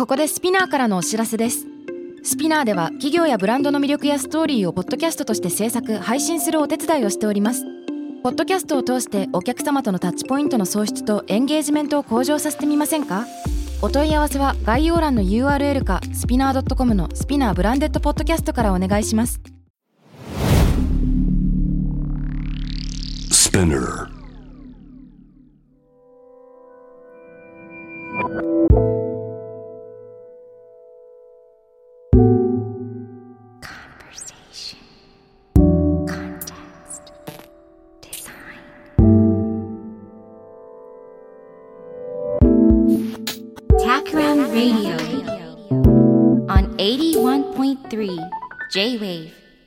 ここでスピナーからのお知らせです。スピナーでは企業やブランドの魅力やストーリーをポッドキャストとして制作・配信するお手伝いをしております。ポッドキャストを通してお客様とのタッチポイントの創出とエンゲージメントを向上させてみませんか？お問い合わせは概要欄の URL かスピナー .com のスピナーブランデッドポッドキャストからお願いします。 スピナー Radio on 81.3 J-Wave。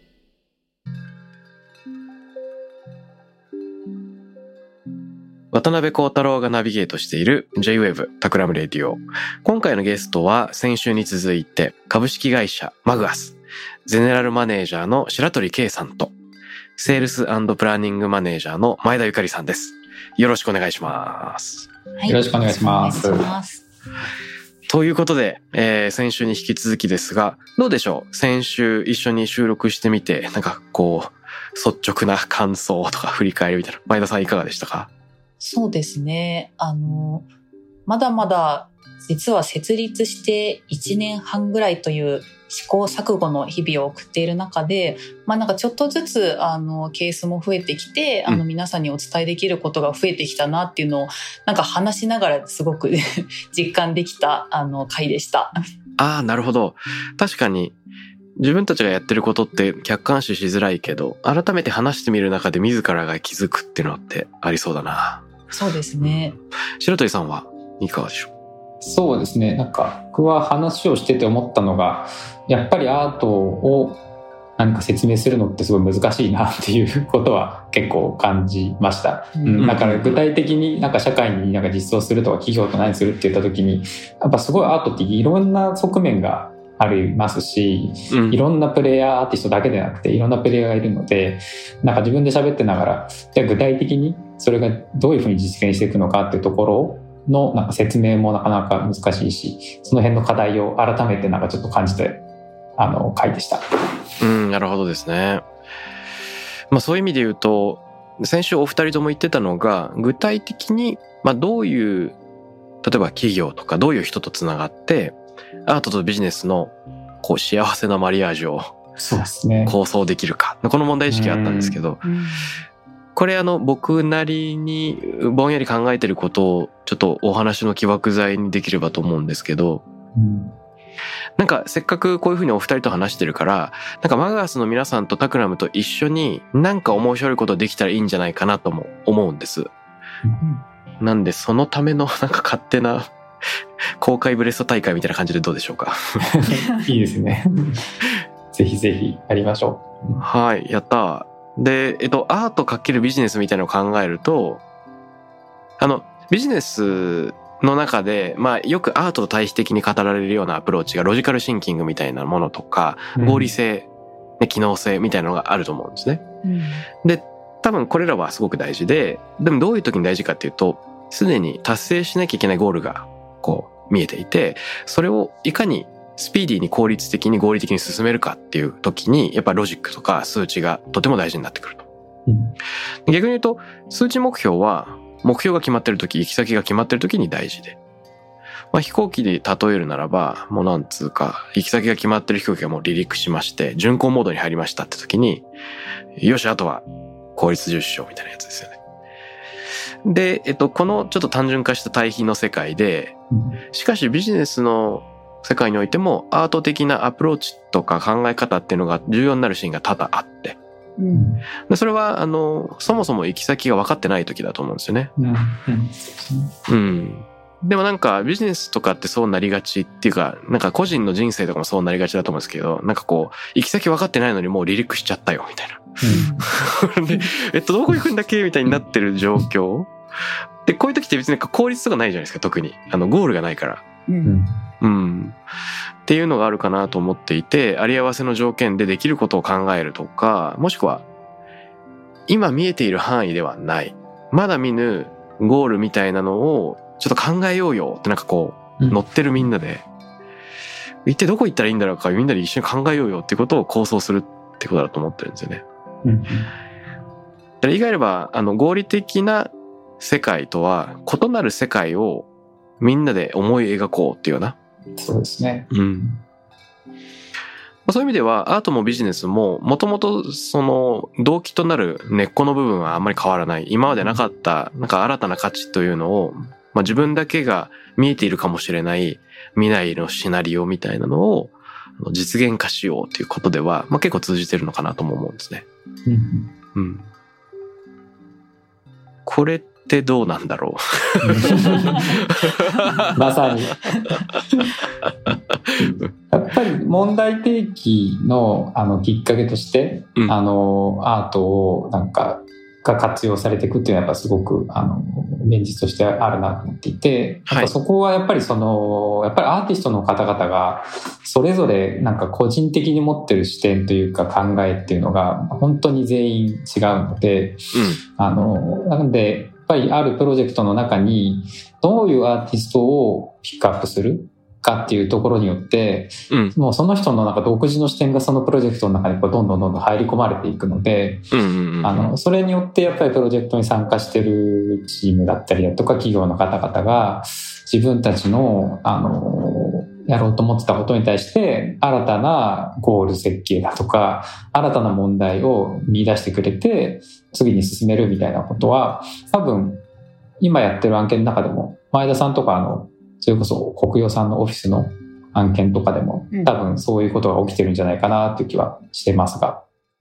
渡辺幸太郎がナビゲートしている J-Wave タクラムレディオ。今回のゲストは先週に続いて株式会社マグアスゼネラルマネージャーの白鳥圭さんとセールス&プランニングマネージャーの前田ゆかりさんです。よろしくお願いします。 はい、よろしくお願いします。 ということで、先週に引き続きですが、どうでしょう？先週一緒に収録してみて、なんかこう、率直な感想とか振り返りみたいな。前田さんいかがでしたか？ そうですね。まだまだ実は設立して1年半ぐらいという試行錯誤の日々を送っている中で、なんかちょっとずつケースも増えてきて、皆さんにお伝えできることが増えてきたなっていうのをなんか話しながらすごく実感できた回でした。 ああ、なるほど。確かに自分たちがやってることって客観視しづらいけど、改めて話してみる中で自らが気づくっていうのってありそうだな。 そうですね。 白鳥さんはいかがでしょう？ そうですね。なんか僕は話をしてて思ったのが、やっぱりアートを何か説明するのってすごい難しいなっていうことは結構感じました。だから具体的になんか社会になんか実装するとか企業と何するって言った時に、やっぱすごいアートっていろんな側面がありますし、いろんなプレイヤーアーティストだけでなくていろんなプレイヤーがいるので、なんか自分で喋ってながら、じゃあ具体的にそれがどういうふうに実現していくのかっていうところのなんか説明もなかなか難しいし、その辺の課題を改めてなんかちょっと感じて回でした。 なるほどですね。そういう意味で言うと、先週お二人とも言ってたのが、具体的にどういう、例えば企業とかどういう人とつながってアートとビジネスのこう幸せなマリアージュを構想できるか、この問題意識があったんですけど、これ僕なりにぼんやり考えてることをちょっとお話の起爆剤にできればと思うんですけど、なんかせっかくこういうふうにお二人と話してるから、なんかマグアスの皆さんとタクラムと一緒になんか面白いことできたらいいんじゃないかなとも思うんです。なんでそのためのなんか勝手な公開ブレスト大会みたいな感じでどうでしょうか？ いいですね。ぜひぜひやりましょう。 はい、やったー。で、アート×ビジネスみたいなのを考えると、ビジネスの中で、よくアートと対比的に語られるようなアプローチがロジカルシンキングみたいなものとか、合理性、機能性みたいなのがあると思うんですね。で、多分これらはすごく大事で、でもどういう時に大事かっていうと、すでに達成しなきゃいけないゴールがこう見えていて、それをいかにスピーディーに効率的に合理的に進めるかっていう時に、やっぱロジックとか数値がとても大事になってくると。逆に言うと、数値目標は目標が決まってる時、行き先が決まってる時に大事で、飛行機で例えるならば、もうなんつうか、行き先が決まってる飛行機がもう離陸しまして、巡航モードに入りましたって時に、よし、あとは効率重視しようみたいなやつですよね。で、このちょっと単純化した対比の世界で、しかしビジネスの世界においてもアート的なアプローチとか考え方っていうのが重要になるシーンが多々あって、でそれはそもそも行き先が分かってない時だと思うんですよね。でもなんかビジネスとかってそうなりがちっていうか、なんか個人の人生とかもそうなりがちだと思うんですけど、なんかこう行き先分かってないのにもう離陸しちゃったよみたいな、でどこ行くんだっけみたいになってる状況で、こういう時って別になんか効率とかないじゃないですか。特にゴールがないから、っていうのがあるかなと思っていて、あり合わせの条件でできることを考えるとか、もしくは今見えている範囲ではない、まだ見ぬゴールみたいなのをちょっと考えようよって、なんかこう乗ってるみんなで一体どこ行ったらいいんだろうか、みんなで一緒に考えようよっていうことを構想するってことだと思ってるんですよね。言い換えれば合理的な世界とは異なる世界をみんなで思い描こうっていうような。 そうですね。 そういう意味ではアートもビジネスももともとその動機となる根っこの部分はあんまり変わらない。今までなかったなんか新たな価値というのを、自分だけが見えているかもしれない未来のシナリオみたいなのを実現化しようということでは、結構通じてるのかなとも思うんですね。これってどうなんだろうまさにやっぱり問題提起のきっかけとして、アートをなんかが活用されていくっていうのはやっぱすごく現実としてあるなと思っていて、そこはやっぱりやっぱりアーティストの方々がそれぞれなんか個人的に持ってる視点というか考えっていうのが本当に全員違うので、なのでやっぱりあるプロジェクトの中にどういうアーティストをピックアップするかっていうところによって、もうその人のなんか独自の視点がそのプロジェクトの中にこうどんどん入り込まれていくので、それによってやっぱりプロジェクトに参加してるチームだったりだとか企業の方々が自分たちのやろうと思ってたことに対して新たなゴール設計だとか新たな問題を見出してくれて次に進めるみたいなことは多分今やってる案件の中でも前田さんとかそれこそ国用さんのオフィスの案件とかでも多分そういうことが起きてるんじゃないかなという気はしてますが。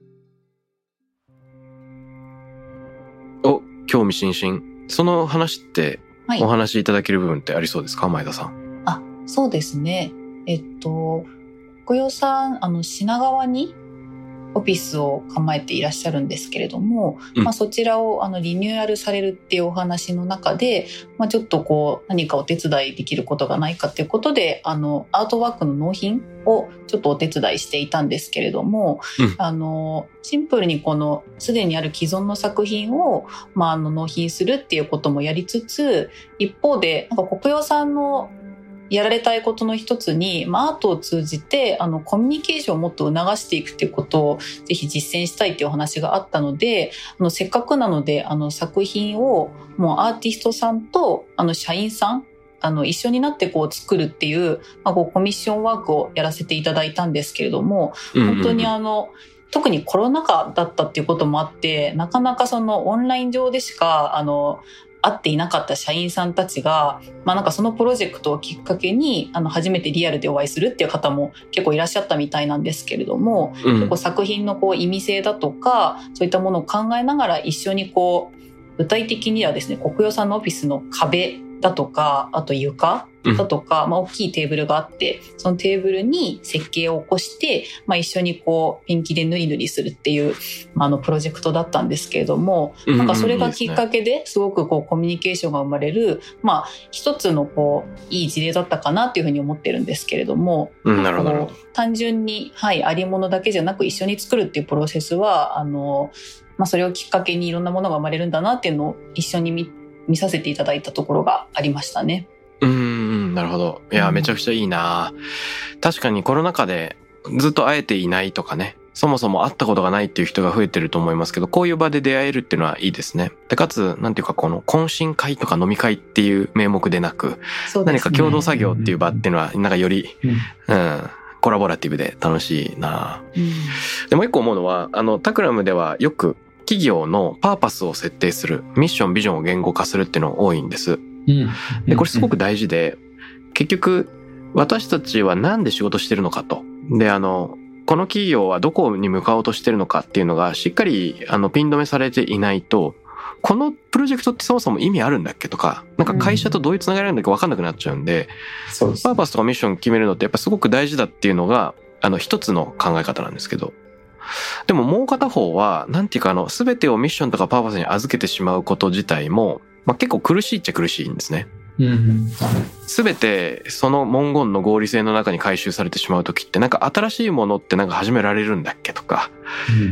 興味津々。その話ってお話しいただける部分ってありそうですか、前田さん。 そうですね。国用さん品川にオフィスを構えていらっしゃるんですけれども、そちらをリニューアルされるっていうお話の中で、ちょっと何かお手伝いできることがないかっていうことでアートワークの納品をちょっとお手伝いしていたんですけれども、シンプルにすでにある既存の作品を、納品するっていうこともやりつつ、一方でなんか国用さんのやられたいことの一つに、アートを通じてコミュニケーションをもっと促していくっていうことをぜひ実践したいっていうお話があったので、せっかくなので作品をもうアーティストさんと社員さん一緒になって作るっていう、コミッションワークをやらせていただいたんですけれども、本当に特にコロナ禍だったっていうこともあって、なかなかオンライン上でしか会っていなかった社員さんたちが、なんかそのプロジェクトをきっかけに初めてリアルでお会いするっていう方も結構いらっしゃったみたいなんですけれども、結構作品の意味性だとかそういったものを考えながら一緒に具体的にはですね、国用さんのオフィスの壁だとか、あと床だとか、大きいテーブルがあって、そのテーブルに設計を起こして、一緒にペンキで塗り塗りするっていう、プロジェクトだったんですけれども、なんかそれがきっかけですごくコミュニケーションが生まれる、一つのいい事例だったかなっていうふうに思ってるんですけれども、 なるほど。 単純に、ありものだけじゃなく一緒に作るっていうプロセスは、それをきっかけにいろんなものが生まれるんだなっていうのを一緒に見させていただいたところがありましたね。 なるほど。いや、めちゃくちゃいいな。確かにコロナ禍でずっと会えていないとかね、そもそも会ったことがないっていう人が増えてると思いますけど、こういう場で出会えるっていうのはいいですね。で、かつ、なんていうか懇親会とか飲み会っていう名目でなく、何か共同作業っていう場っていうのは、なんかより、コラボラティブで楽しいな。でもう一個思うのは、タクラムではよく企業のパーパスを設定する、ミッション、ビジョンを言語化するっていうのが多いんです。で、これすごく大事で、結局、私たちはなんで仕事してるのかと。で、この企業はどこに向かおうとしてるのかっていうのがしっかり、ピン止めされていないと、このプロジェクトってそもそも意味あるんだっけとか、なんか会社とどういうつながりあるんだっけ分かんなくなっちゃうんで、パーパスとかミッション決めるのってやっぱすごく大事だっていうのが、一つの考え方なんですけど、でももう片方は、なんていうか全てをミッションとかパーパスに預けてしまうこと自体も、結構苦しいっちゃ苦しいんですね。全てその文言の合理性の中に回収されてしまうときって、なんか新しいものってなんか始められるんだっけとか、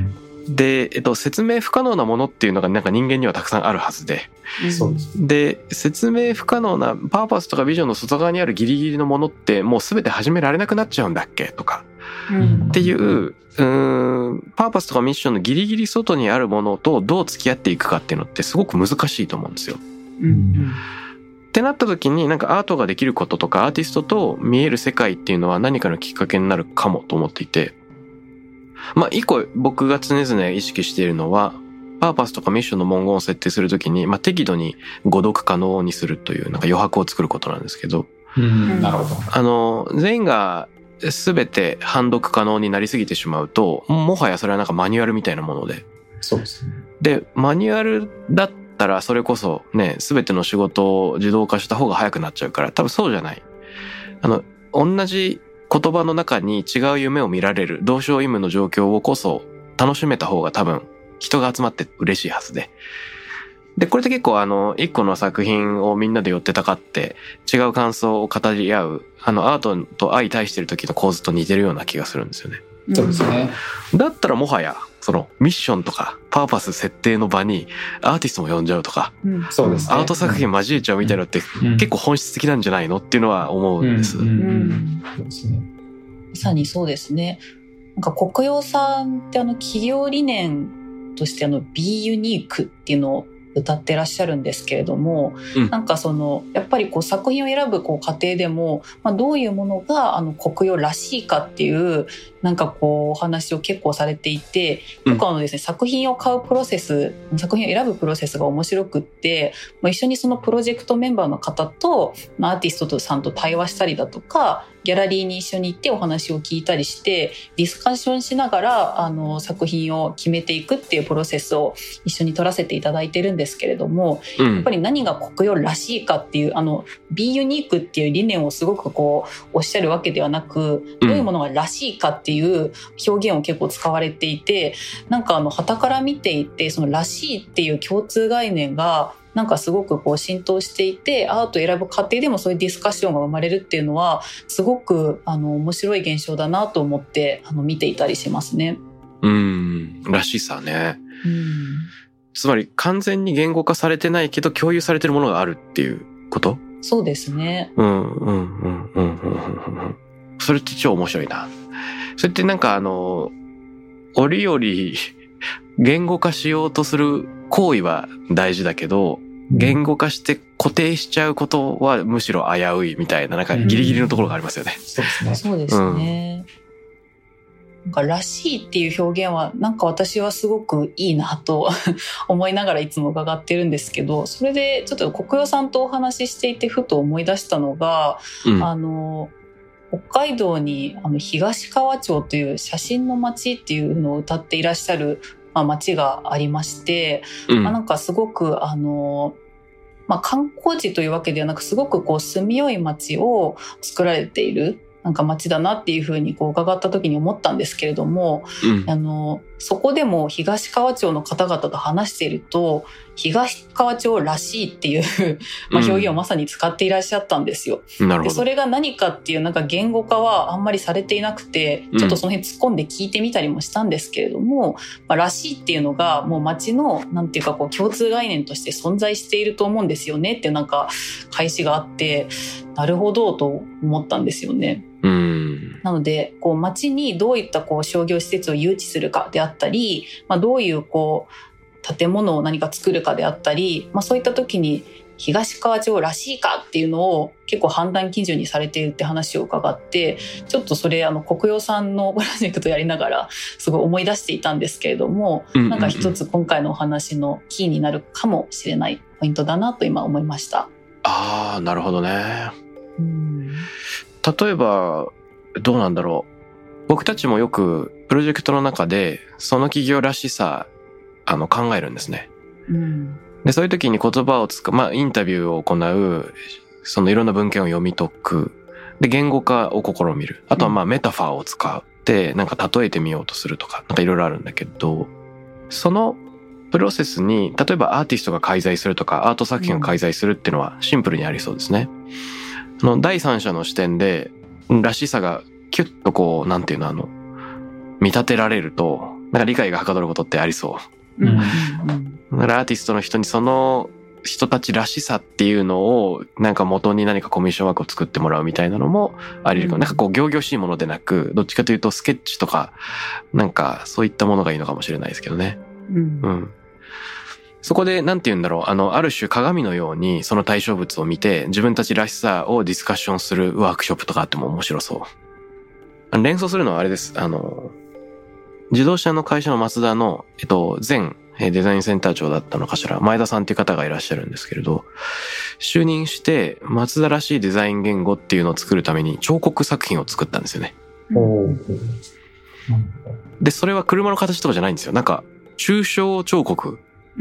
で、説明不可能なものっていうのがなんか人間にはたくさんあるはずで、 そうです。 で、説明不可能なパーパスとかビジョンの外側にあるギリギリのものってもう全て始められなくなっちゃうんだっけとか、っていう、パーパスとかミッションのギリギリ外にあるものとどう付き合っていくかっていうのってすごく難しいと思うんですよ。ってなった時になんかアートができることとかアーティストと見える世界っていうのは何かのきっかけになるかもと思っていて、まあ一個僕が常々意識しているのは、パーパスとかミッションの文言を設定するときに、まあ適度に誤読可能にするというなんか余白を作ることなんですけど、 なるほど。 全員が全て判読可能になりすぎてしまうと、もはやそれはなんかマニュアルみたいなもので。 そうですね。 で、マニュアルだったらそれこそね、全ての仕事を自動化した方が早くなっちゃうから、多分そうじゃない。同じ言葉の中に違う夢を見られる同床異夢の状況をこそ楽しめた方が多分人が集まって嬉しいはずで。で、これって結構一個の作品をみんなで寄ってたかって違う感想を語り合う、アートと相対してる時の構図と似てるような気がするんですよね。 そうですね。 だったらもはや、ミッションとかパーパス設定の場にアーティストも呼んじゃうとか、 そうですね。 アート作品交えちゃうみたいなのって結構本質的なんじゃないのっていうのは思うんです。 そうですね。 まさにそうですね。なんか国用さんって企業理念としてBe Uniqueっていうのを歌ってらっしゃるんですけれども、なんかやっぱり作品を選ぶ過程でも、どういうものが国用らしいかっていうなんかお話を結構されていて、結構ですね、作品を買うプロセス、作品を選ぶプロセスが面白くって、一緒にそのプロジェクトメンバーの方とアーティストさんと対話したりだとか、ギャラリーに一緒に行ってお話を聞いたりしてディスカッションしながら作品を決めていくっていうプロセスを一緒に取らせていただいてるんですけれども、やっぱり何が国用らしいかっていうBe Uniqueっていう理念をすごくおっしゃるわけではなく、どういうものがらしいかっていう表現を結構使われていて、なんか傍から見ていてそのらしいっていう共通概念がなんかすごく浸透していて、アートを選ぶ過程でもそういうディスカッションが生まれるっていうのはすごく面白い現象だなと思って見ていたりしますね。 らしさね。つまり完全に言語化されてないけど共有されてるものがあるっていうこと？ そうですね。 それって超面白いな。それってなんか折々言語化しようとする行為は大事だけど、言語化して固定しちゃうことはむしろ危ういみたいな、なんかギリギリのところがありますよね。 そうですね。 そうですね。なんからしいっていう表現はなんか私はすごくいいなと思いながらいつも伺ってるんですけど、それでちょっと国用さんとお話ししていてふと思い出したのが、北海道に東川町という写真の街っていうのを歌っていらっしゃる町がありまして、なんかすごく観光地というわけではなく、すごく住みよい町を作られているなんか町だなっていうふうに伺った時に思ったんですけれども、そこでも東川町の方々と話していると、東川町らしいっていう表現をまさに使っていらっしゃったんですよ。でそれが何かっていうなんか言語化はあんまりされていなくて、ちょっとその辺突っ込んで聞いてみたりもしたんですけれども、らしいっていうのがもう町のなんていうか共通概念として存在していると思うんですよねっていうなんか返しがあって、なるほどと思ったんですよね。なので町にどういった商業施設を誘致するかであったり、どういう建物を何か作るかであったり、そういった時に東川町らしいかっていうのを結構判断基準にされているって話を伺って、ちょっとそれ国用さんのプロジェクトやりながらすごい思い出していたんですけれども、なんか一つ今回のお話のキーになるかもしれないポイントだなと今思いました。 ああ、なるほどね。例えばどうなんだろう。僕たちもよくプロジェクトの中でその企業らしさ考えるんですね。でそういう時に言葉を使う、インタビューを行う、そのいろんな文献を読み解く、で言語化を試みる、あとはメタファーを使ってなんか例えてみようとするとか、なんかいろいろあるんだけど、そのプロセスに例えばアーティストが介在するとかアート作品が介在するっていうのはシンプルにありそうですね。第三者の視点でらしさがキュッとなんていうの見立てられると、 なんか理解がはかどることってありそう。 うんだからアーティストの人にその人たちらしさっていうのをなんか元に何かコミッションワークを作ってもらうみたいなのもあり得るかも。なんかこう仰々しいものでなく、どっちかというとスケッチとかなんかそういったものがいいのかもしれないですけどね。そこでなんて言うんだろう、ある種鏡のようにその対象物を見て自分たちらしさをディスカッションするワークショップとかあっても面白そう。連想するのはあれです。自動車の会社のマツダの前デザインセンター長だったのかしら、前田さんっていう方がいらっしゃるんですけれど、就任してマツダらしいデザイン言語っていうのを作るために彫刻作品を作ったんですよね。でそれは車の形とかじゃないんですよ。なんか抽象彫刻、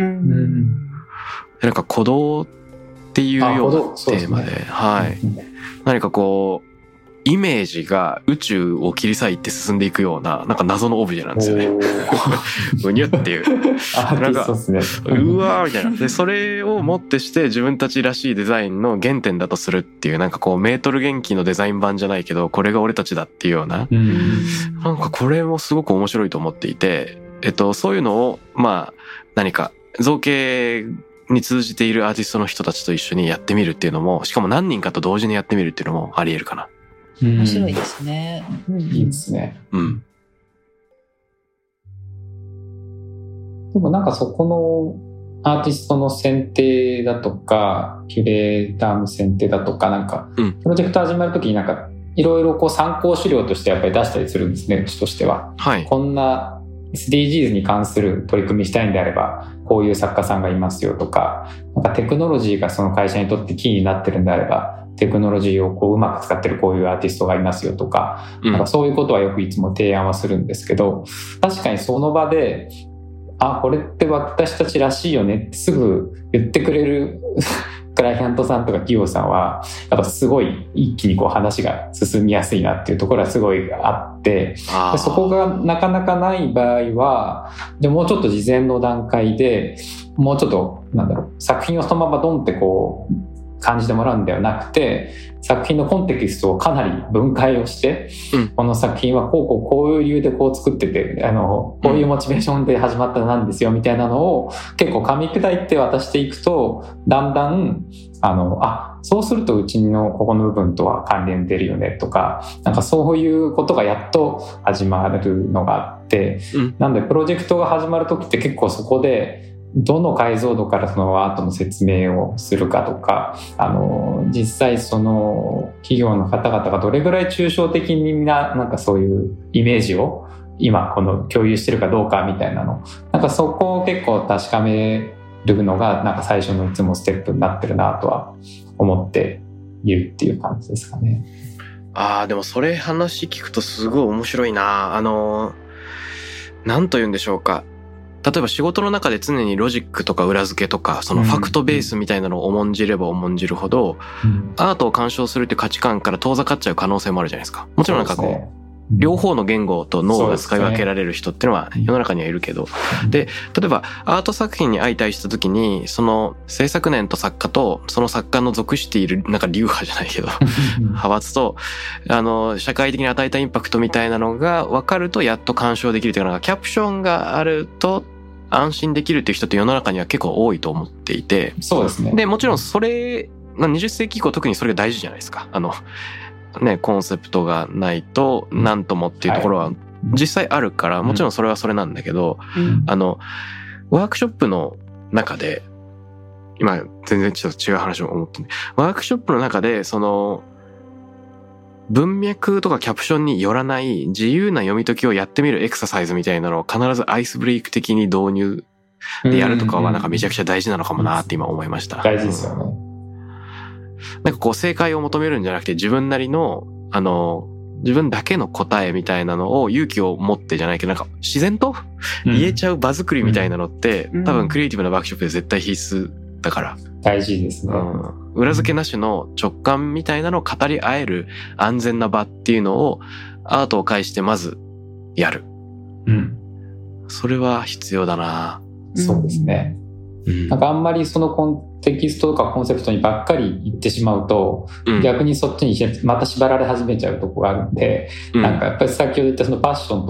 なんか鼓動っていうようなテーマで、はい、何かこうイメージが宇宙を切り裂いて進んでいくようななんか謎のオブジェなんですよね。うにゅっていうなんかうわーみたいな。でそれをもってして自分たちらしいデザインの原点だとするっていう、なんかこうメートル元気のデザイン版じゃないけどこれが俺たちだっていうような、なんかこれもすごく面白いと思っていて、そういうのをまあ何か造形に通じているアーティストの人たちと一緒にやってみるっていうのも、しかも何人かと同時にやってみるっていうのもあり得るかな。 面白いですね。 いいですね。でもなんかそこのアーティストの選定だとか、キュレーターの選定だとか、なんかプロジェクト始まるときになんかいろいろこう参考資料としてやっぱり出したりするんですね、うちとしては。はい、こんな SDGs に関する取り組みしたいんであればこういう作家さんがいますよとか、なんかテクノロジーがその会社にとってキーになってるんであればテクノロジーをこううまく使ってるこういうアーティストがいますよとか、なんかそういうことはよくいつも提案はするんですけど、確かにその場でこれって私たちらしいよねってすぐ言ってくれるクライアントさんとか企業さんはやっぱすごい一気にこう話が進みやすいなっていうところはすごいあって、でそこがなかなかない場合はでもうちょっと事前の段階でもうちょっと作品をそのままドンってこう感じてもらうんではなくて、作品のコンテキストをかなり分解をして、この作品はこういう理由でこう作っててこういうモチベーションで始まったなんですよみたいなのを結構噛み砕いて渡していくと、だんだんそうするとうちのここの部分とは関連出るよねとか、なんかそういうことがやっと始まるのがあって、なんでプロジェクトが始まる時って結構そこでどの解像度からそのアートの説明をするかとか、実際その企業の方々がどれぐらい抽象的になんかそういうイメージを今この共有してるかどうかみたいなの、なんかそこを結構確かめるのがなんか最初のいつもステップになってるなとは思っているっていう感じですかね。 でもそれ話聞くとすごい面白いな。なんと言うんでしょうか。例えば仕事の中で常にロジックとか裏付けとかそのファクトベースみたいなのを重んじれば重んじるほど、アートを鑑賞するっていう価値観から遠ざかっちゃう可能性もあるじゃないですか。もちろんなんかこう両方の言語と脳が使い分けられる人っていうのは世の中にはいるけど、で例えばアート作品に相対した時にその制作年と作家とその作家の属しているなんか流派じゃないけど派閥と社会的に与えたインパクトみたいなのが分かるとやっと鑑賞できるというか、なんかキャプションがあると安心できるっていう人って世の中には結構多いと思っていて、 そうですね。 でもちろんそれ20世紀以降特にそれが大事じゃないですか。コンセプトがないと何ともっていうところは実際あるから、もちろんそれはそれなんだけど、ワークショップの中で今全然ちょっと違う話を思ってね、ワークショップの中でその文脈とかキャプションによらない自由な読み解きをやってみるエクササイズみたいなのを必ずアイスブレイク的に導入でやるとかはなんかめちゃくちゃ大事なのかもなって今思いました。 大事ですよね。 なんかこう正解を求めるんじゃなくて自分なりの自分だけの答えみたいなのを勇気を持ってじゃないけどなんか自然と言えちゃう場作りみたいなのって多分クリエイティブなワークショップで絶対必須だから大事ですね。 裏付けなしの直感みたいなのを語り合える安全な場っていうのをアートを介してまずやる。それは必要だな。 そうですね。なんかあんまりそのコンテキストとかコンセプトにばっかり言ってしまうと、逆にそっちにまた縛られ始めちゃうとこがあるんで、なんかやっぱり先ほど言ったそのパッションとか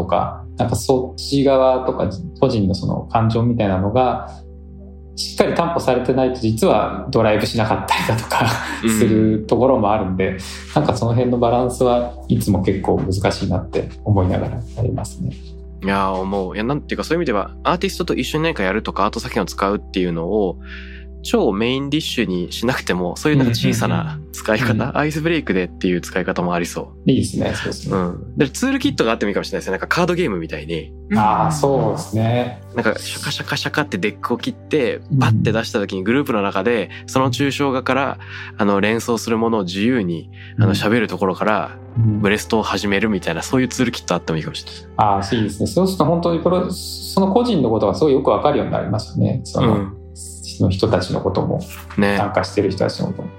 なんかそっち側とか個人のその感情みたいなのがしっかり担保されてないと実はドライブしなかったりだとかするところもあるんで、なんかその辺のバランスはいつも結構難しいなって思いながらやりますね。 いや思う。いやなんていうかそういう意味ではアーティストと一緒に何かやるとかアート作品を使うっていうのを超メインディッシュにしなくてもそういうなんか小さな使い方、アイスブレイクでっていう使い方もありそう。 いいですね。そうですね。 でツールキットがあってもいいかもしれないですね。なんかカードゲームみたいに。 そうですね。 なんかシャカシャカシャカってデックを切ってバッて出した時にグループの中でその抽象画から連想するものを自由に喋るところからブレストを始めるみたいなそういうツールキットあってもいいかもしれない。 いいですね。そうすると本当にその個人のことがすごいよくわかるようになりますよね。その人たちのことも、参加してる人たちのことも。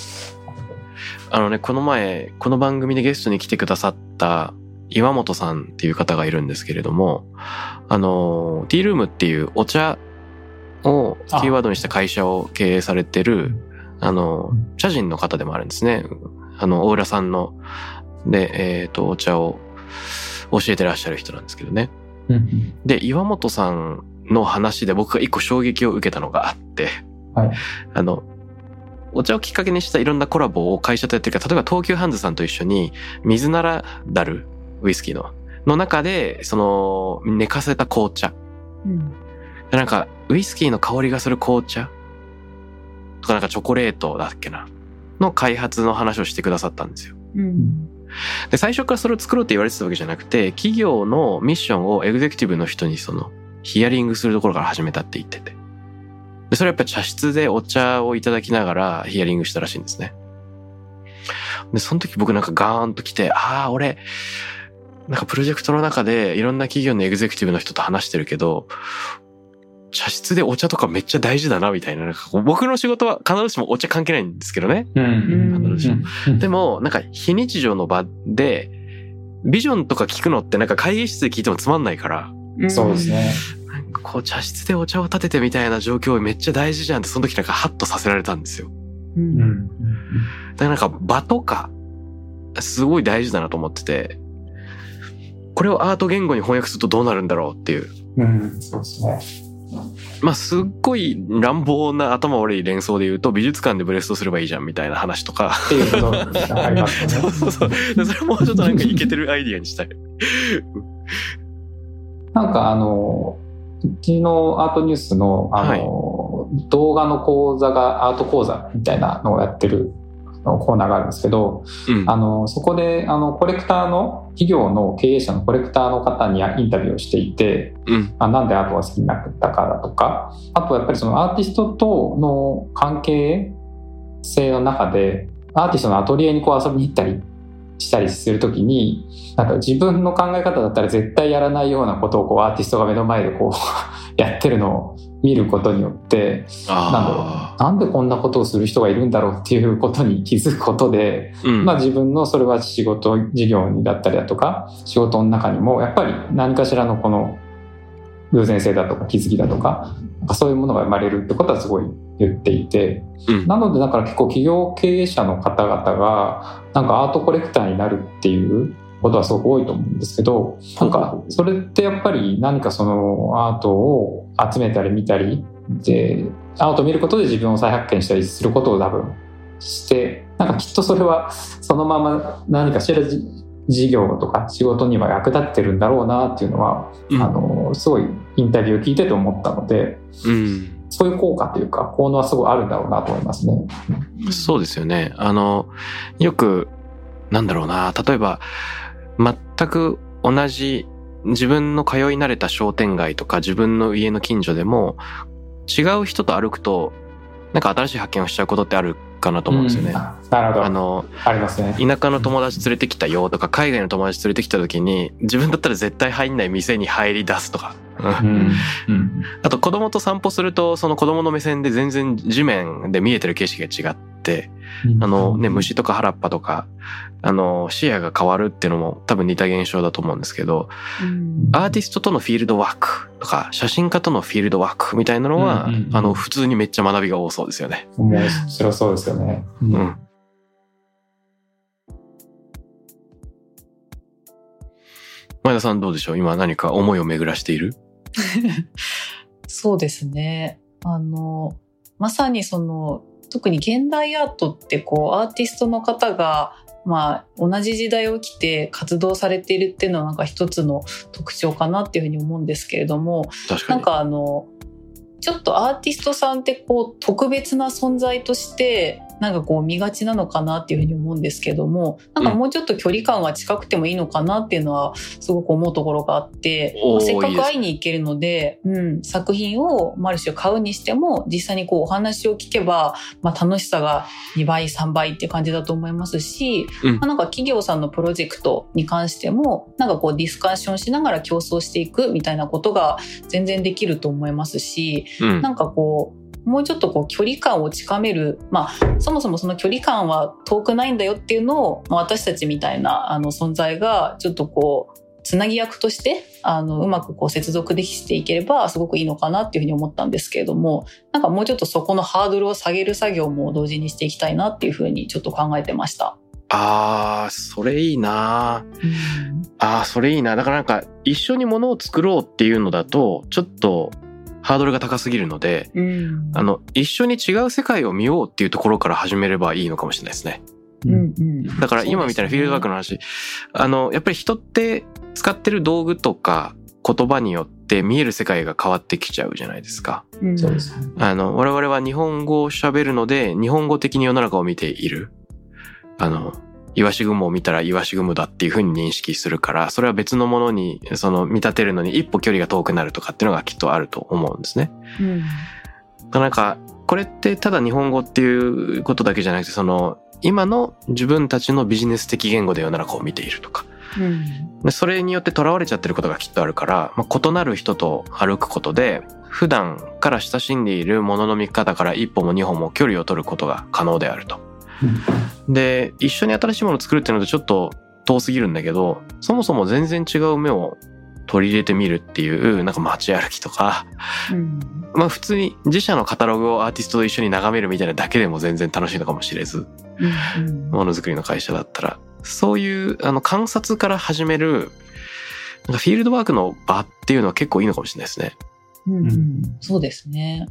この前この番組でゲストに来てくださった岩本さんっていう方がいるんですけれども、ティールームっていうお茶をキーワードにした会社を経営されてる茶人の方でもあるんですね。大浦さんのでお茶を教えてらっしゃる人なんですけどね。で岩本さんの話で僕が一個衝撃を受けたのがあって、お茶をきっかけにしたいろんなコラボを会社とやってるから、例えば東急ハンズさんと一緒に水ならダルウイスキーの中でその寝かせた紅茶、なんかウイスキーの香りがする紅茶とかなんかチョコレートだっけなの開発の話をしてくださったんですよ。で最初からそれを作ろうって言われてたわけじゃなくて、企業のミッションをエグゼクティブの人にそのヒアリングするところから始めたって言ってて、でそれはやっぱり茶室でお茶をいただきながらヒアリングしたらしいんですね。でその時僕なんかガーンと来て、俺なんかプロジェクトの中でいろんな企業のエグゼクティブの人と話してるけど、茶室でお茶とかめっちゃ大事だなみたいな、なんか僕の仕事は必ずしもお茶関係ないんですけどね。必ずしも。でもなんか非日常の場でビジョンとか聞くのってなんか会議室で聞いてもつまんないから。 そうですね。 なんかこう茶室でお茶を立ててみたいな状況めっちゃ大事じゃんってその時なんかハッとさせられたんですよ。だからなんか場とかすごい大事だなと思ってて、これをアート言語に翻訳するとどうなるんだろうっていう。 そうですね。 すっごい乱暴な頭悪い連想で言うと美術館でブレストすればいいじゃんみたいな話とかっていうことがありますよね。 それもうちょっとなんかイケてるアイディアにしたい。 なんかうちのアートニュースの動画の講座がアート講座みたいなのをやってるコーナーがあるんですけど、そこでコレクターの企業の経営者のコレクターの方にインタビューをしていて、なんでアートが好きになったかだとか、あとやっぱりそのアーティストとの関係性の中でアーティストのアトリエにこう遊びに行ったりしたりするときに、なんか自分の考え方だったら絶対やらないようなことをこうアーティストが目の前でこうやってるのを見ることによって、なんでこんなことをする人がいるんだろうっていうことに気づくことで、自分のそれは仕事事業にだったりだとか仕事の中にもやっぱり何かしらのこの偶然性だとか気づきだとか、そういうものが生まれるってことはすごい言っていて、なのでだから結構企業経営者の方々がなんかアートコレクターになるっていうことはすごく多いと思うんですけど、なんかそれってやっぱり何かそのアートを集めたり見たりでアートを見ることで自分を再発見したりすることを多分して、なんかきっとそれはそのまま何かしら事業とか仕事には役立ってるんだろうなっていうのは、すごいインタビューを聞いてて思ったので、そういう効果というか効能はすごいあるんだろうなと思いますね。 そうですよね。よくなんだろうな、例えば全く同じ自分の通い慣れた商店街とか自分の家の近所でも違う人と歩くとなんか新しい発見をしちゃうことってあるかなと思うんですよね。 なるほど。ありますね。 田舎の友達連れてきたよとか海外の友達連れてきた時に自分だったら絶対入んない店に入り出すとか、あと子供と散歩するとその子供の目線で全然地面で見えてる景色が違って、虫とか原っぱとか視野が変わるっていうのも多分似た現象だと思うんですけど、アーティストとのフィールドワークとか写真家とのフィールドワークみたいなのは、普通にめっちゃ学びが多そうですよね。 面白そうですよね。 前田さんどうでしょう？今何か思いを巡らしている？ そうですね。まさに特に現代アートってアーティストの方が同じ時代を生きて活動されているっていうのはなんか一つの特徴かなっていうふうに思うんですけれども、 確かに。 なんかちょっとアーティストさんって特別な存在としてなんか見がちなのかなっていうふうに思うんですけども、なんかもうちょっと距離感が近くてもいいのかなっていうのはすごく思うところがあって、せっかく会いに行けるので、作品をある種買うにしても実際にお話を聞けば、楽しさが2倍3倍っていう感じだと思いますし、なんか企業さんのプロジェクトに関してもなんかディスカッションしながら競争していくみたいなことが全然できると思いますし、なんかもうちょっと距離感を近める、そもそもその距離感は遠くないんだよっていうのを、私たちみたいな存在がちょっとつなぎ役としてうまく接続できていければすごくいいのかなっていうふうに思ったんですけれども、なんかもうちょっとそこのハードルを下げる作業も同時にしていきたいなっていうふうにちょっと考えてました。 それいいな。それいいな。だからなんか一緒に物を作ろうっていうのだとちょっとハードルが高すぎるので、一緒に違う世界を見ようっていうところから始めればいいのかもしれないですね。だから今みたいなフィールドワークの話、やっぱり人って使ってる道具とか言葉によって見える世界が変わってきちゃうじゃないですか。 そうです。 我々は日本語を喋るので日本語的に世の中を見ている。イワシグモを見たらイワシグモだっていう風に認識するから、それは別のものに見立てるのに一歩距離が遠くなるとかっていうのがきっとあると思うんですね。なんかこれってただ日本語っていうことだけじゃなくて、今の自分たちのビジネス的言語で世の中を見ているとか、でそれによって囚われちゃってることがきっとあるから、異なる人と歩くことで普段から親しんでいるものの見方から一歩も二歩も距離を取ることが可能であると。で一緒に新しいものを作るっていうのとちょっと遠すぎるんだけど、そもそも全然違う目を取り入れてみるっていうなんか街歩きとか、普通に自社のカタログをアーティストと一緒に眺めるみたいなだけでも全然楽しいのかもしれず、ものづくりの会社だったらそういう観察から始めるなんかフィールドワークの場っていうのは結構いいのかもしれないですね。 そうですね。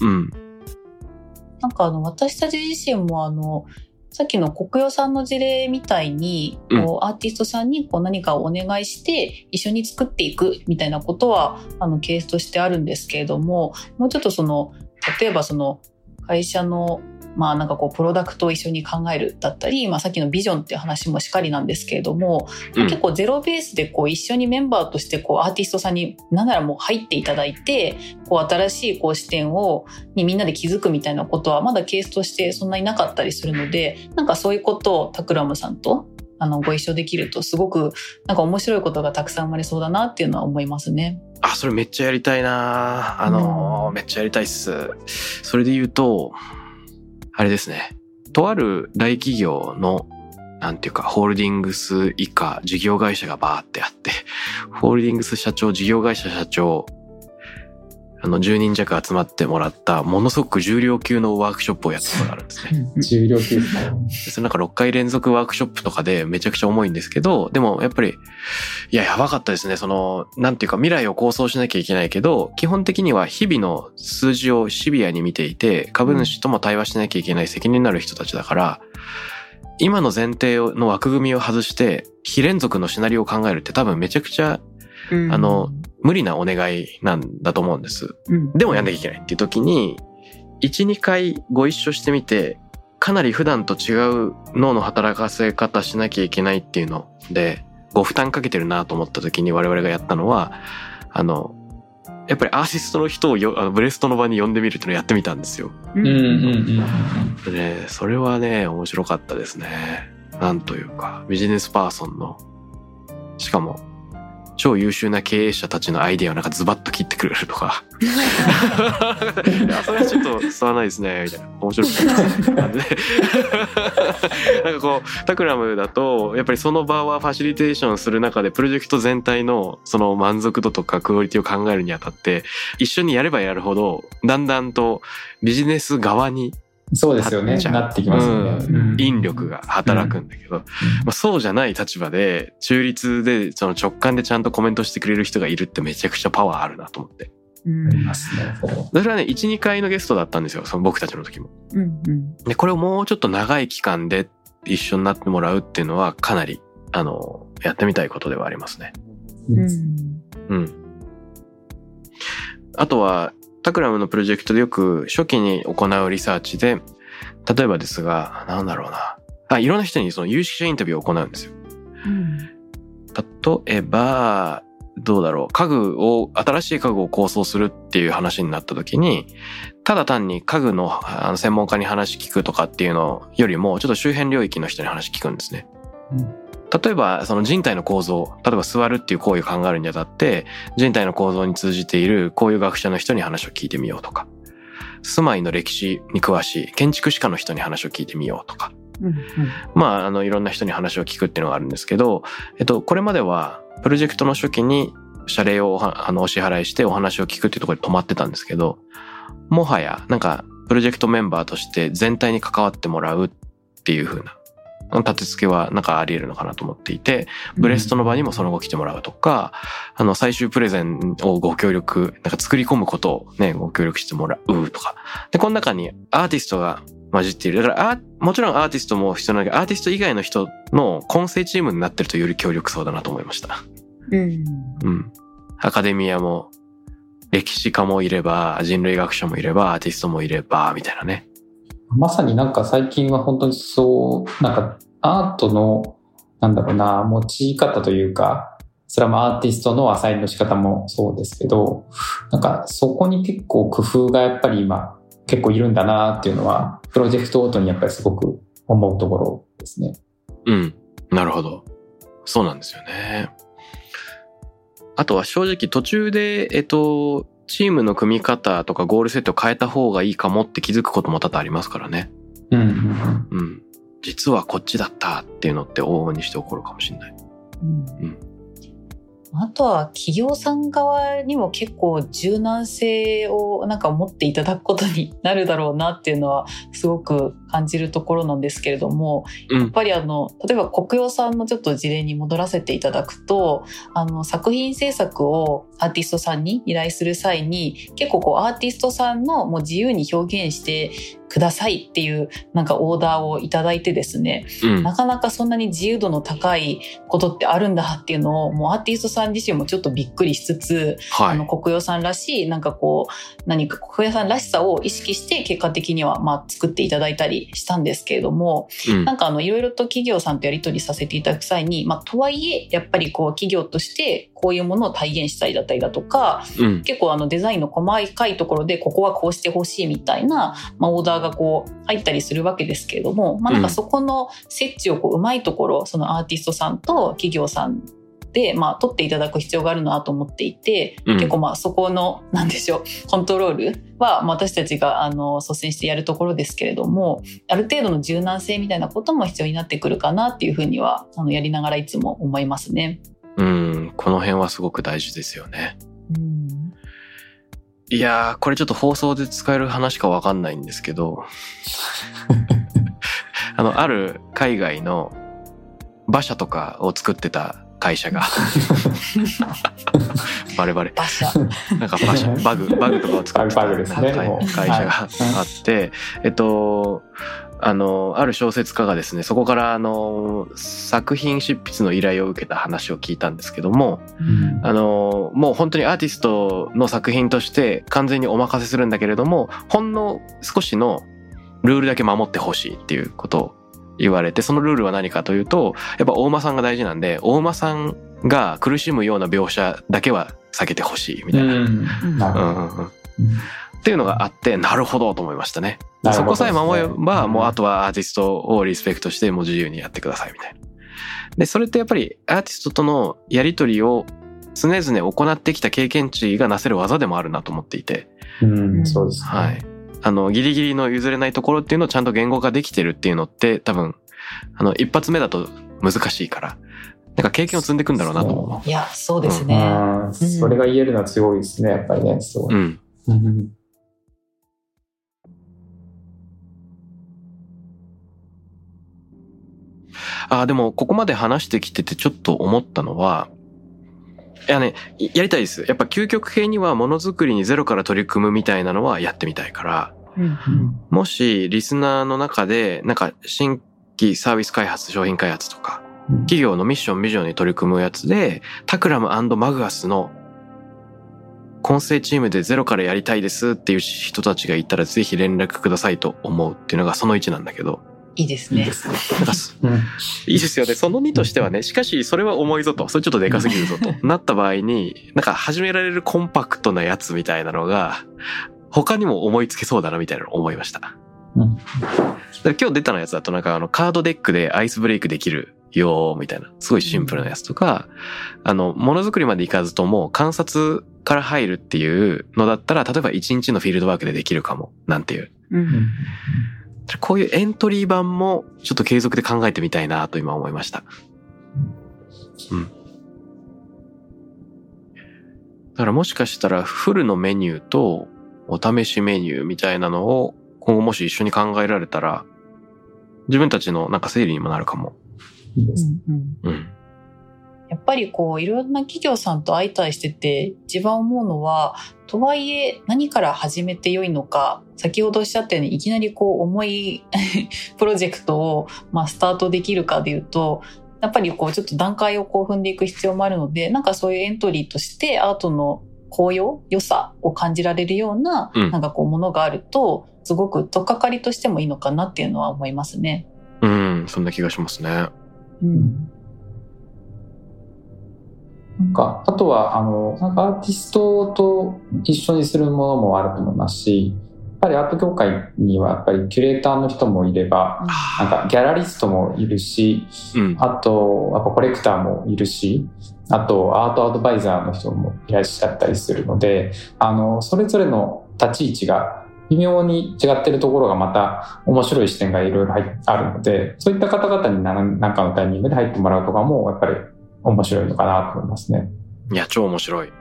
なんか私たち自身もさっきの国用さんの事例みたいにアーティストさんに何かをお願いして一緒に作っていくみたいなことはケースとしてあるんですけれども、もうちょっと例えば会社のなんかプロダクトを一緒に考えるだったり、さっきのビジョンっていう話もしかりなんですけれども、結構ゼロベースで一緒にメンバーとしてアーティストさんになんならもう入っていただいて、新しい視点にみんなで気づくみたいなことはまだケースとしてそんなになかったりするので、なんかそういうことをタクラムさんとご一緒できるとすごくなんか面白いことがたくさん生まれそうだなっていうのは思いますね。 それめっちゃやりたいな。めっちゃやりたいっす。それで言うとあれですね。とある大企業のなんていうかホールディングス以下事業会社がバーってあって、ホールディングス社長、事業会社社長10人弱集まってもらったものすごく重量級のワークショップをやったことがあるんですね。 重量級それなんか6回連続ワークショップとかでめちゃくちゃ重いんですけど、でもやっぱりやばかったですね。なんていうか未来を構想しなきゃいけないけど、基本的には日々の数字をシビアに見ていて、株主とも対話しなきゃいけない責任のある人たちだから、今の前提の枠組みを外して非連続のシナリオを考えるって多分めちゃくちゃ無理なお願いなんだと思うんです。でもやんなきゃいけないっていう時に、1、2回ご一緒してみて、かなり普段と違う脳の働かせ方しなきゃいけないっていうので、ご負担かけてるなと思った時に我々がやったのは、やっぱりアーティストの人をブレストの場に呼んでみるっていうのをやってみたんですよ。でそれはね、面白かったですね。なんというか、ビジネスパーソンの、しかも、超優秀な経営者たちのアイデアをなんかズバッと切ってくれるとかいやそれはちょっと伝わらないですねみたいな、面白くなんでなんかタクラムだとやっぱりその場はファシリテーションする中でプロジェクト全体のその満足度とかクオリティを考えるにあたって、一緒にやればやるほどだんだんとビジネス側にそうですよね。なってきますよね。 引力が働くんだけど、そうじゃない立場で中立でその直感でちゃんとコメントしてくれる人がいるってめちゃくちゃパワーあるなと思って。 ありますね。 それはね 1,2 回のゲストだったんですよ、その僕たちの時も。でこれをもうちょっと長い期間で一緒になってもらうっていうのはかなりやってみたいことではありますね。あとはタクラムのプロジェクトでよく初期に行うリサーチで、例えばですが、なんだろうな。いろんな人にその有識者インタビューを行うんですよ。例えば、どうだろう。新しい家具を構想するっていう話になった時に、ただ単に家具の専門家に話聞くとかっていうのよりも、ちょっと周辺領域の人に話聞くんですね。例えばその人体の構造、例えば座るっていう行為を考えるにあたって人体の構造に通じているこういう学者の人に話を聞いてみようとか、住まいの歴史に詳しい建築士科の人に話を聞いてみようとか、いろんな人に話を聞くっていうのがあるんですけど、これまではプロジェクトの初期に謝礼をお支払いしてお話を聞くっていうところで止まってたんですけど、もはやなんかプロジェクトメンバーとして全体に関わってもらうっていう風な立て付けはなんかあり得るのかなと思っていて、ブレストの場にもその後来てもらうとか、最終プレゼンをご協力、なんか作り込むことをね、ご協力してもらうとか。で、この中にアーティストが混じっている。だからもちろんアーティストも必要なんだけど、アーティスト以外の人の混成チームになってるとより協力そうだなと思いました。アカデミアも、歴史家もいれば、人類学者もいれば、アーティストもいれば、みたいなね。 まさになんか最近は本当にそうなんかアートの用い方というか、それはアーティストのアサインの仕方もそうですけど、なんかそこに結構工夫がやっぱり今結構いるんだなっていうのはプロジェクトごとにやっぱりすごく思うところですね。 なるほど。そうなんですよね。あとは正直途中でチームの組み方とかゴールセットを変えた方がいいかもって気づくことも多々ありますからね。実はこっちだったっていうのって往々にして起こるかもしれない。 あとは企業さん側にも結構柔軟性をなんか持っていただくことになるだろうなっていうのはすごく感じるところなんですけれども、やっぱり例えば国用さんのちょっと事例に戻らせていただくと、作品制作をアーティストさんに依頼する際に結構アーティストさんのもう自由に表現してくださいっていうなんかオーダーをいただいてですね、なかなかそんなに自由度の高いことってあるんだっていうのをもうアーティストさん自身もちょっとびっくりしつつ、国用さんらしい何か国用さんらしさを意識して結果的には作っていただいたりしたんですけれども、なんかいろいろと企業さんとやり取りさせていただく際に、とはいえやっぱり企業としてこういうものを体現したりだったりだとか、結構デザインの細かいところでここはこうしてほしいみたいな、オーダーが入ったりするわけですけれども、なんかそこの設置をうまいところそのアーティストさんと企業さんで取っていただく必要があるなと思っていて、結構そこのコントロールは私たちが率先してやるところですけれども、ある程度の柔軟性みたいなことも必要になってくるかなっていうふうにはやりながらいつも思いますね。 この辺はすごく大事ですよね。いやー、これちょっと放送で使える話かわかんないんですけどある海外の馬車とかを作ってた会社がバレバレなんか馬車バグとかを作ってた会社があって、ある小説家がですね、そこから作品執筆の依頼を受けた話を聞いたんですけども、もう本当にアーティストの作品として完全にお任せするんだけれども、ほんの少しのルールだけ守ってほしいっていうことを言われて、そのルールは何かというと、やっぱお馬さんが大事なんで、お馬さんが苦しむような描写だけは避けてほしいみたいな。っていうのがあって、なるほどと思いましたね。そこさえ守れば、もうあとはアーティストをリスペクトしてもう自由にやってくださいみたいな。で、それってやっぱりアーティストとのやり取りを常々行ってきた経験値がなせる技でもあるなと思っていて。 そうですね。 はい。ギリギリの譲れないところっていうのをちゃんと言語化できてるっていうのって多分、一発目だと難しいから、なんか経験を積んでいくんだろうなと思う。 いや、そうですね。 それが言えるのは強いですね、やっぱりね。 でもここまで話してきててちょっと思ったのは、いやね、やりたいです。やっぱ究極系にはものづくりにゼロから取り組むみたいなのはやってみたいから、もしリスナーの中でなんか新規サービス開発、商品開発とか、企業のミッションビジョンに取り組むやつで、タクラム&マグアスの混成チームでゼロからやりたいですっていう人たちがいたらぜひ連絡くださいと思うっていうのがその1なんだけど。 いいですね。 なんかいいですよね。その2としてはね、しかしそれは重いぞと、それちょっとでかすぎるぞとなった場合に、なんか始められるコンパクトなやつみたいなのが、他にも思いつけそうだなみたいなのを思いました。だから今日出たのやつだとなんかカードデックでアイスブレイクできるよみたいな、すごいシンプルなやつとか、ものづくりまでいかずとも観察から入るっていうのだったら、例えば1日のフィールドワークでできるかも、なんていう。こういうエントリー版もちょっと継続で考えてみたいなと今思いました。だからもしかしたらフルのメニューとお試しメニューみたいなのを今後もし一緒に考えられたら、自分たちのなんか整理にもなるかも。 やっぱりこういろんな企業さんと相対してて一番思うのは、とはいえ何から始めてよいのか、先ほどおっしゃったようにいきなりこう重いプロジェクトをスタートできるかでいうと、やっぱりこうちょっと段階をこう踏んでいく必要もあるので、なんかそういうエントリーとしてアートの効用、良さを感じられるような、なんかこうものがあるとすごく取っかかりとしてもいいのかなっていうのは思いますね。 そんな気がしますね。 なんかあとはなんかアーティストと一緒にするものもあると思いますし、やっぱりアート業界にはやっぱりキュレーターの人もいれば、なんかギャラリストもいるし、あとやっぱコレクターもいるし、あとアートアドバイザーの人もいらっしゃったりするので、それぞれの立ち位置が微妙に違ってるところがまた面白い視点がいろいろあるので、そういった方々に何かのタイミングで入ってもらうとかもやっぱり面白いのかなと思いますね。 いや、超面白い。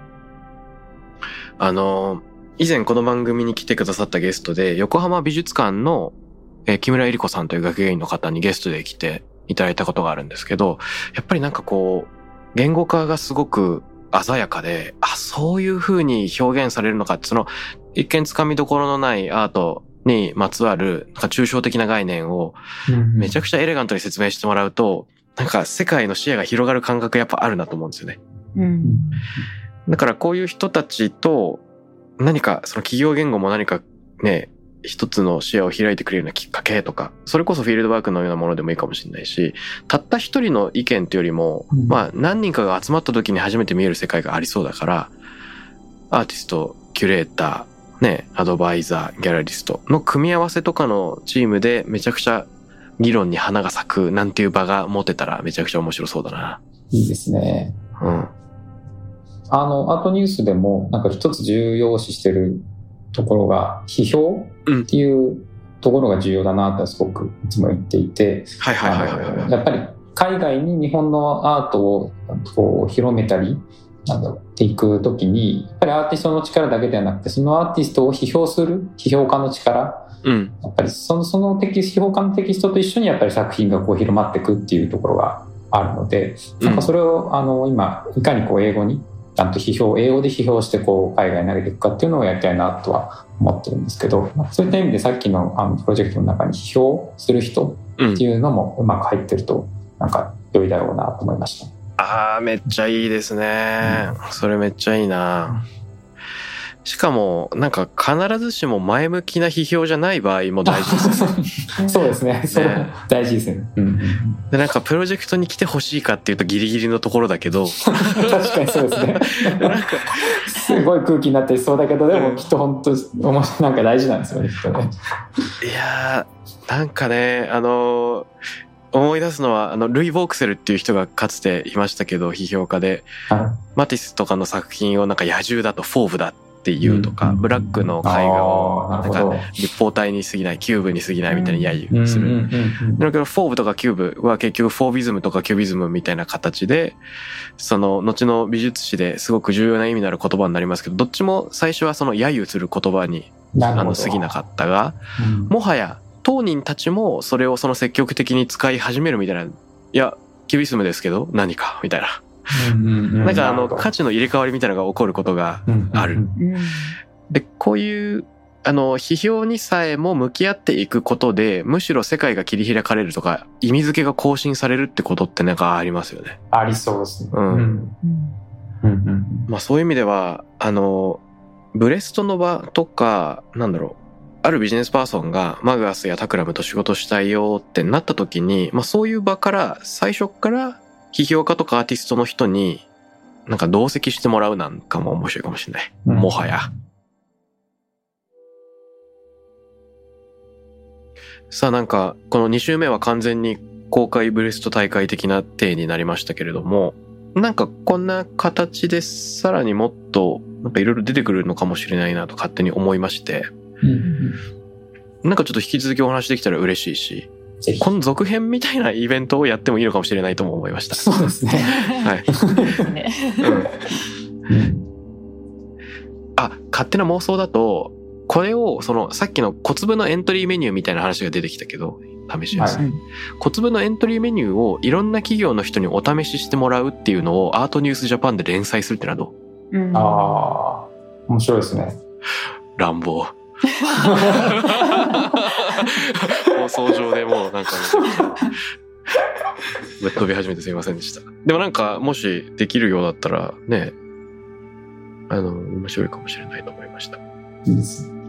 以前この番組に来てくださったゲストで、横浜美術館の、木村恵里子さんという学芸員の方にゲストで来ていただいたことがあるんですけど、やっぱりなんかこう、言語化がすごく鮮やかで、そういう風に表現されるのかって、その、一見つかみどころのないアートにまつわる、なんか抽象的な概念を、めちゃくちゃエレガントに説明してもらうと、なんか世界の視野が広がる感覚やっぱあるなと思うんですよね。だからこういう人たちと何かその企業言語も何かね、一つの視野を開いてくれるようなきっかけとか、それこそフィールドワークのようなものでもいいかもしれないし、たった一人の意見というよりも、何人かが集まった時に初めて見える世界がありそうだから、アーティスト、キュレーター、ね、アドバイザー、ギャラリストの組み合わせとかのチームでめちゃくちゃ議論に花が咲くなんていう場が持てたらめちゃくちゃ面白そうだな。 いいですね。アートニュースでもなんか一つ重要視してるところが批評っていうところが重要だなってすごくいつも言っていて、やっぱり海外に日本のアートをこう広めたりっていくときに、やっぱりアーティストの力だけではなくて、そのアーティストを批評する批評家の力、やっぱりその批評家のテキストと一緒にやっぱり作品がこう広まっていくっていうところがあるので、なんかそれを今いかにこう英語にちゃんと英語で批評してこう海外に投げていくかっていうのをやりたいなとは思ってるんですけど、そういった意味でさっきのプロジェクトの中に批評する人っていうのもうまく入ってるとなんか良いだろうなと思いました。 めっちゃいいですね。それめっちゃいいな。しかもなんか必ずしも前向きな批評じゃない場合も大事ですね。 そうですね。それ大事ですね。 でなんかプロジェクトに来てほしいかっていうとギリギリのところだけど確かにそうですね。なんかすごい空気になってそうだけど、でもきっと本当なんか大事なんですよね、きっとね。 いやーなんかね思い出すのはルイ・ボークセルっていう人がかつていましたけど、批評家で、マティスとかの作品をなんか野獣だとフォーブだっていうとか、ブラックの絵画をなんか立方体に過ぎない、キューブに過ぎないみたいに揶揄する。だけどフォーブとかキューブは結局フォービズムとかキュービズムみたいな形で、その後の美術史ですごく重要な意味のある言葉になりますけど、どっちも最初はその揶揄する言葉に過ぎなかったが、もはや当人たちもそれをその積極的に使い始めるみたいないや、キュビスムですけど何かみたいな。なんか価値の入れ替わりみたいなのが起こることがある。で、こういう批評にさえも向き合っていくことで、むしろ世界が切り開かれるとか、意味付けが更新されるってことってなんかありますよね。 ありそうですね。 まあそういう意味では、ブレストの場とか、なんだろう、あるビジネスパーソンがマグアスやタクラムと仕事したいよってなった時に、まあそういう場から最初から批評家とかアーティストの人になんか同席してもらうなんかも面白いかもしれない。もはや。さあなんかこの2週目は完全に公開ブレスト大会的な体になりましたけれども、なんかこんな形でさらにもっとなんかいろいろ出てくるのかもしれないなと勝手に思いまして、なんかちょっと引き続きお話できたら嬉しいし、この続編みたいなイベントをやってもいいのかもしれないとも思いました。 そうですね。 はい。あ、勝手な妄想だと、これをさっきの小粒のエントリーメニューみたいな話が出てきたけど、試しです、小粒のエントリーメニューをいろんな企業の人にお試ししてもらうっていうのをアートニュースジャパンで連載するってのはどう？ ああ、面白いですね。 乱暴。放送上でもうなんかぶっ飛び始めてすいませんでした。でもなんかもしできるようだったらね、面白いかもしれないと思いました。 いいですね。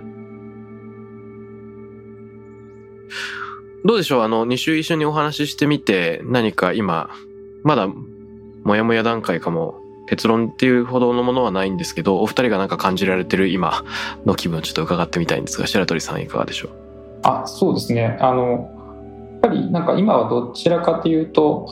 どうでしょう、2週一緒にお話ししてみて、何か今まだもやもや段階かも、結論っていうほどのものはないんですけど、お二人がなんか感じられてる今の気分をちょっと伺ってみたいんですが、白鳥さんいかがでしょう？ そうですね。やっぱりなんか今はどちらかというと、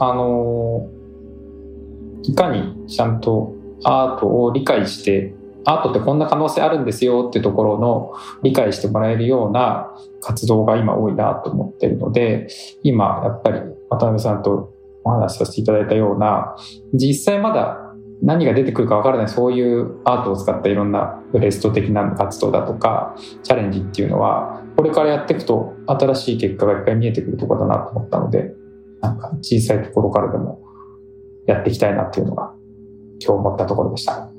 いかにちゃんとアートを理解して、アートってこんな可能性あるんですよっていうところの理解してもらえるような活動が今多いなと思っているので、今やっぱり渡辺さんとお話しさせていただいたような、実際まだ何が出てくるか分からないそういうアートを使ったいろんなブレスト的な活動だとかチャレンジっていうのは、これからやっていくと新しい結果がいっぱい見えてくるところだなと思ったので、なんか小さいところからでもやっていきたいなっていうのが今日思ったところでした。はい、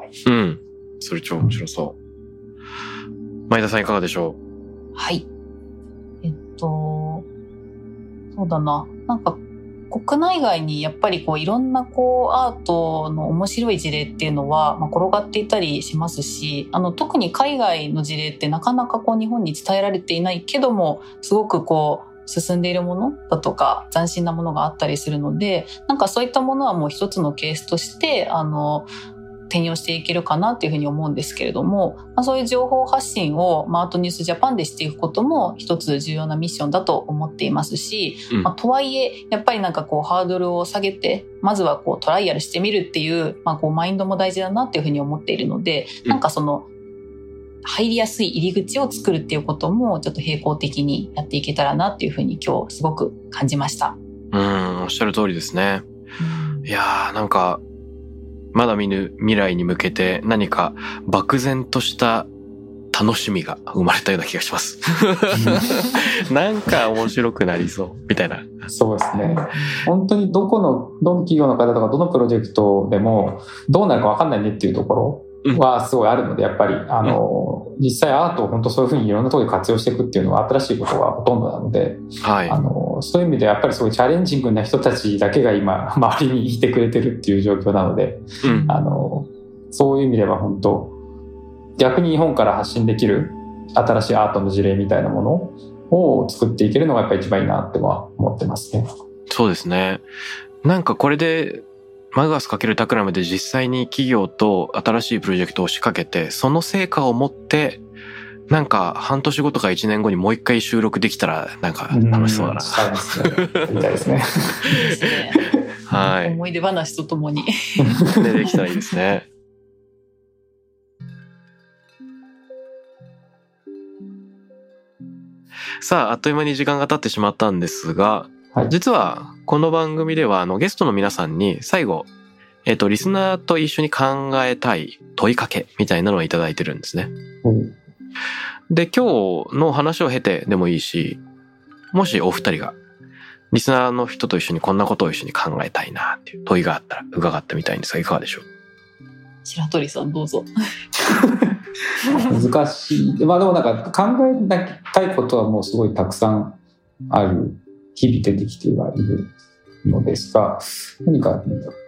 それ超面白そう。前田さんいかがでしょう？はい。そうだな。なんか国内外にやっぱりいろんなアートの面白い事例っていうのは、転がっていたりしますし、特に海外の事例ってなかなか日本に伝えられていないけども、すごく進んでいるものだとか斬新なものがあったりするので、なんかそういったものはもう一つのケースとして転用していけるかなというふうに思うんですけれども、そういう情報発信をアートニュースジャパンでしていくことも一つ重要なミッションだと思っていますし、とはいえやっぱりなんかハードルを下げてまずはトライアルしてみるっていう、マインドも大事だなっていうふうに思っているので、なんか入りやすい入り口を作るっていうこともちょっと並行的にやっていけたらなっていうふうに今日すごく感じました。 おっしゃる通りですね。いやー、なんかまだ見ぬ未来に向けて何か漠然とした楽しみが生まれたような気がします。なんか面白くなりそうみたいな。 そうですね。本当にどの企業の方とかどのプロジェクトでもどうなるか分かんないねっていうところはすごいあるので、やっぱり実際アートを本当そういうふうにいろんなところで活用していくっていうのは新しいことがほとんどなので、そういう意味でやっぱりすごいチャレンジングな人たちだけが今周りにいてくれてるっていう状況なので、そういう意味では本当逆に日本から発信できる新しいアートの事例みたいなものを作っていけるのがやっぱり一番いいなっては思ってますね。 そうですね。なんかこれでマグアス×タクラムで実際に企業と新しいプロジェクトを仕掛けて、その成果を持ってなんか半年後とか1年後にもう一回収録できたらなんか楽しそうだな。 そうですね。みたいですね。 はい。 思い出話とともにね、できたらいいですね。さあ、あっという間に時間が経ってしまったんですが、実はこの番組ではゲストの皆さんに最後、リスナーと一緒に考えたい問いかけみたいなのをいただいてるんですね。で、今日の話を経てでもいいし、もしお二人がリスナーの人と一緒にこんなことを一緒に考えたいなっていう問いがあったら伺ってみたいんですが、いかがでしょう？ 白鳥さんどうぞ。 難しい。まあでもなんか考えたいことはもうすごいたくさんある、日々出てきてはいるのですが、何か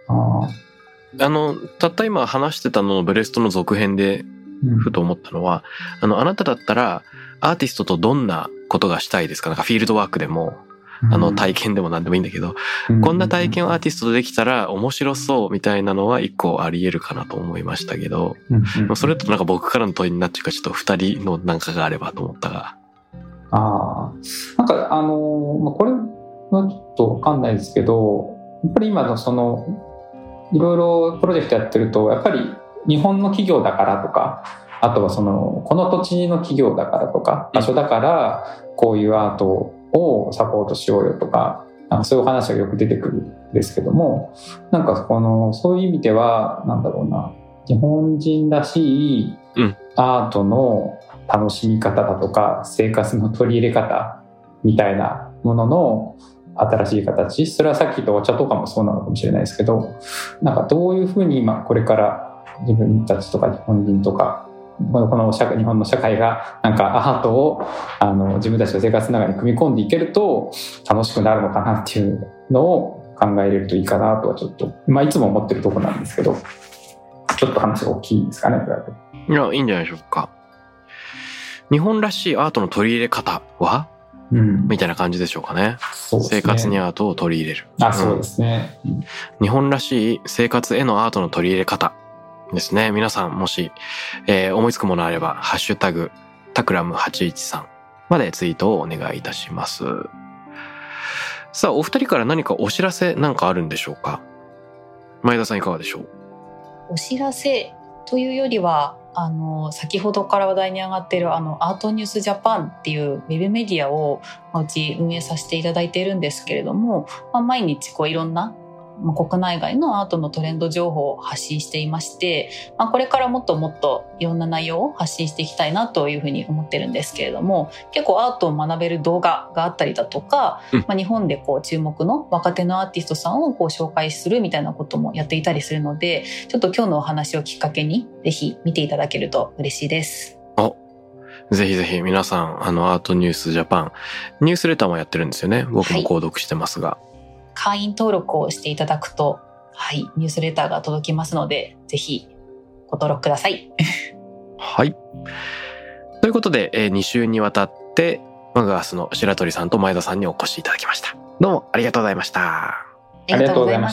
たった今話してたののブレストの続編でふと思ったのは、あなただったらアーティストとどんなことがしたいですか？なんかフィールドワークでも体験でも何でもいいんだけど、こんな体験をアーティストとできたら面白そうみたいなのは一個あり得るかなと思いましたけど、それとなんか僕からの問いになってるか、ちょっと二人のなんかがあればと思ったが。 なんかこれはちょっとわかんないですけど、やっぱり今のそのいろいろプロジェクトやってると、やっぱり日本の企業だからとか、あとはそのこの土地の企業だからとか、場所だからこういうアートをサポートしようよとか、そういう話がよく出てくるんですけども、なんかそういう意味ではなんだろうな、日本人らしいアートの楽しみ方だとか生活の取り入れ方みたいなものの新しい形、それはさっき言ったお茶とかもそうなのかもしれないですけど、なんかどういうふうに今これから自分たちとか日本人とかこの日本の社会がなんかアートを自分たちの生活の中に組み込んでいけると楽しくなるのかなっていうのを考えれるといいかなとはちょっと、いつも思ってるところなんですけど、ちょっと話が大きいですかね。 いや、いいんじゃないでしょうか。日本らしいアートの取り入れ方は、みたいな感じでしょうかね。 そうですね。 生活にアートを取り入れる。 そうですね。 日本らしい生活へのアートの取り入れ方ですね。皆さんもし、思いつくものあれば、ハッシュタグタクラム813までツイートをお願いいたします。さあ、お二人から何かお知らせなんかあるんでしょうか？前田さんいかがでしょう？ お知らせというよりは、先ほどから話題に上がっているアートニュースジャパンっていうウェブメディアをうち運営させていただいているんですけれども、毎日いろんな国内外のアートのトレンド情報を発信していまして、これからもっともっといろんな内容を発信していきたいなというふうに思ってるんですけれども、結構アートを学べる動画があったりだとか、日本で注目の若手のアーティストさんを紹介するみたいなこともやっていたりするので、ちょっと今日のお話をきっかけにぜひ見ていただけると嬉しいです。 ぜひぜひ皆さん、アートニュースジャパンニュースレターもやってるんですよね。僕も購読してますが、 会員登録をしていただくと、ニュースレターが届きますので、ぜひご登録ください。 はい。ということで、2週にわたってマグアスの白鳥さんと前田さんにお越しいただきました。どうもありがとうございました。 ありがとうございました。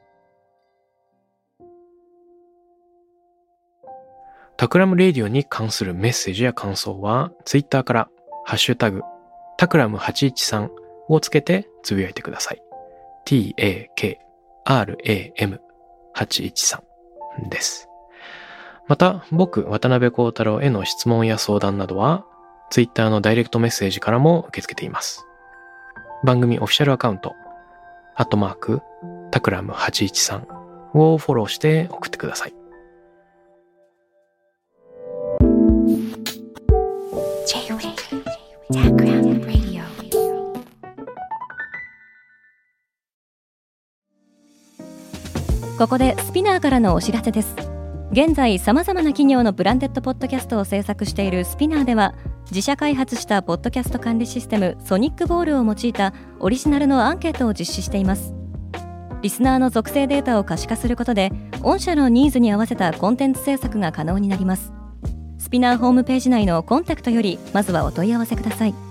タクラムレディオに関するメッセージや感想は、ツイッターからハッシュタグタクラム813をつけてつぶやいてください。TAKRAM813 です。また、僕、渡辺幸太郎への質問や相談などは、ツイッターのダイレクトメッセージからも受け付けています。番組オフィシャルアカウント、タクラム813をフォローして送ってください。 ここでスピナーからのお知らせです。現在様々な企業のブランデッドポッドキャストを制作しているスピナーでは、自社開発したポッドキャスト管理システムソニックボールを用いたオリジナルのアンケートを実施しています。リスナーの属性データを可視化することで、御社のニーズに合わせたコンテンツ制作が可能になります。スピナーホームページ内のコンタクトよりまずはお問い合わせください。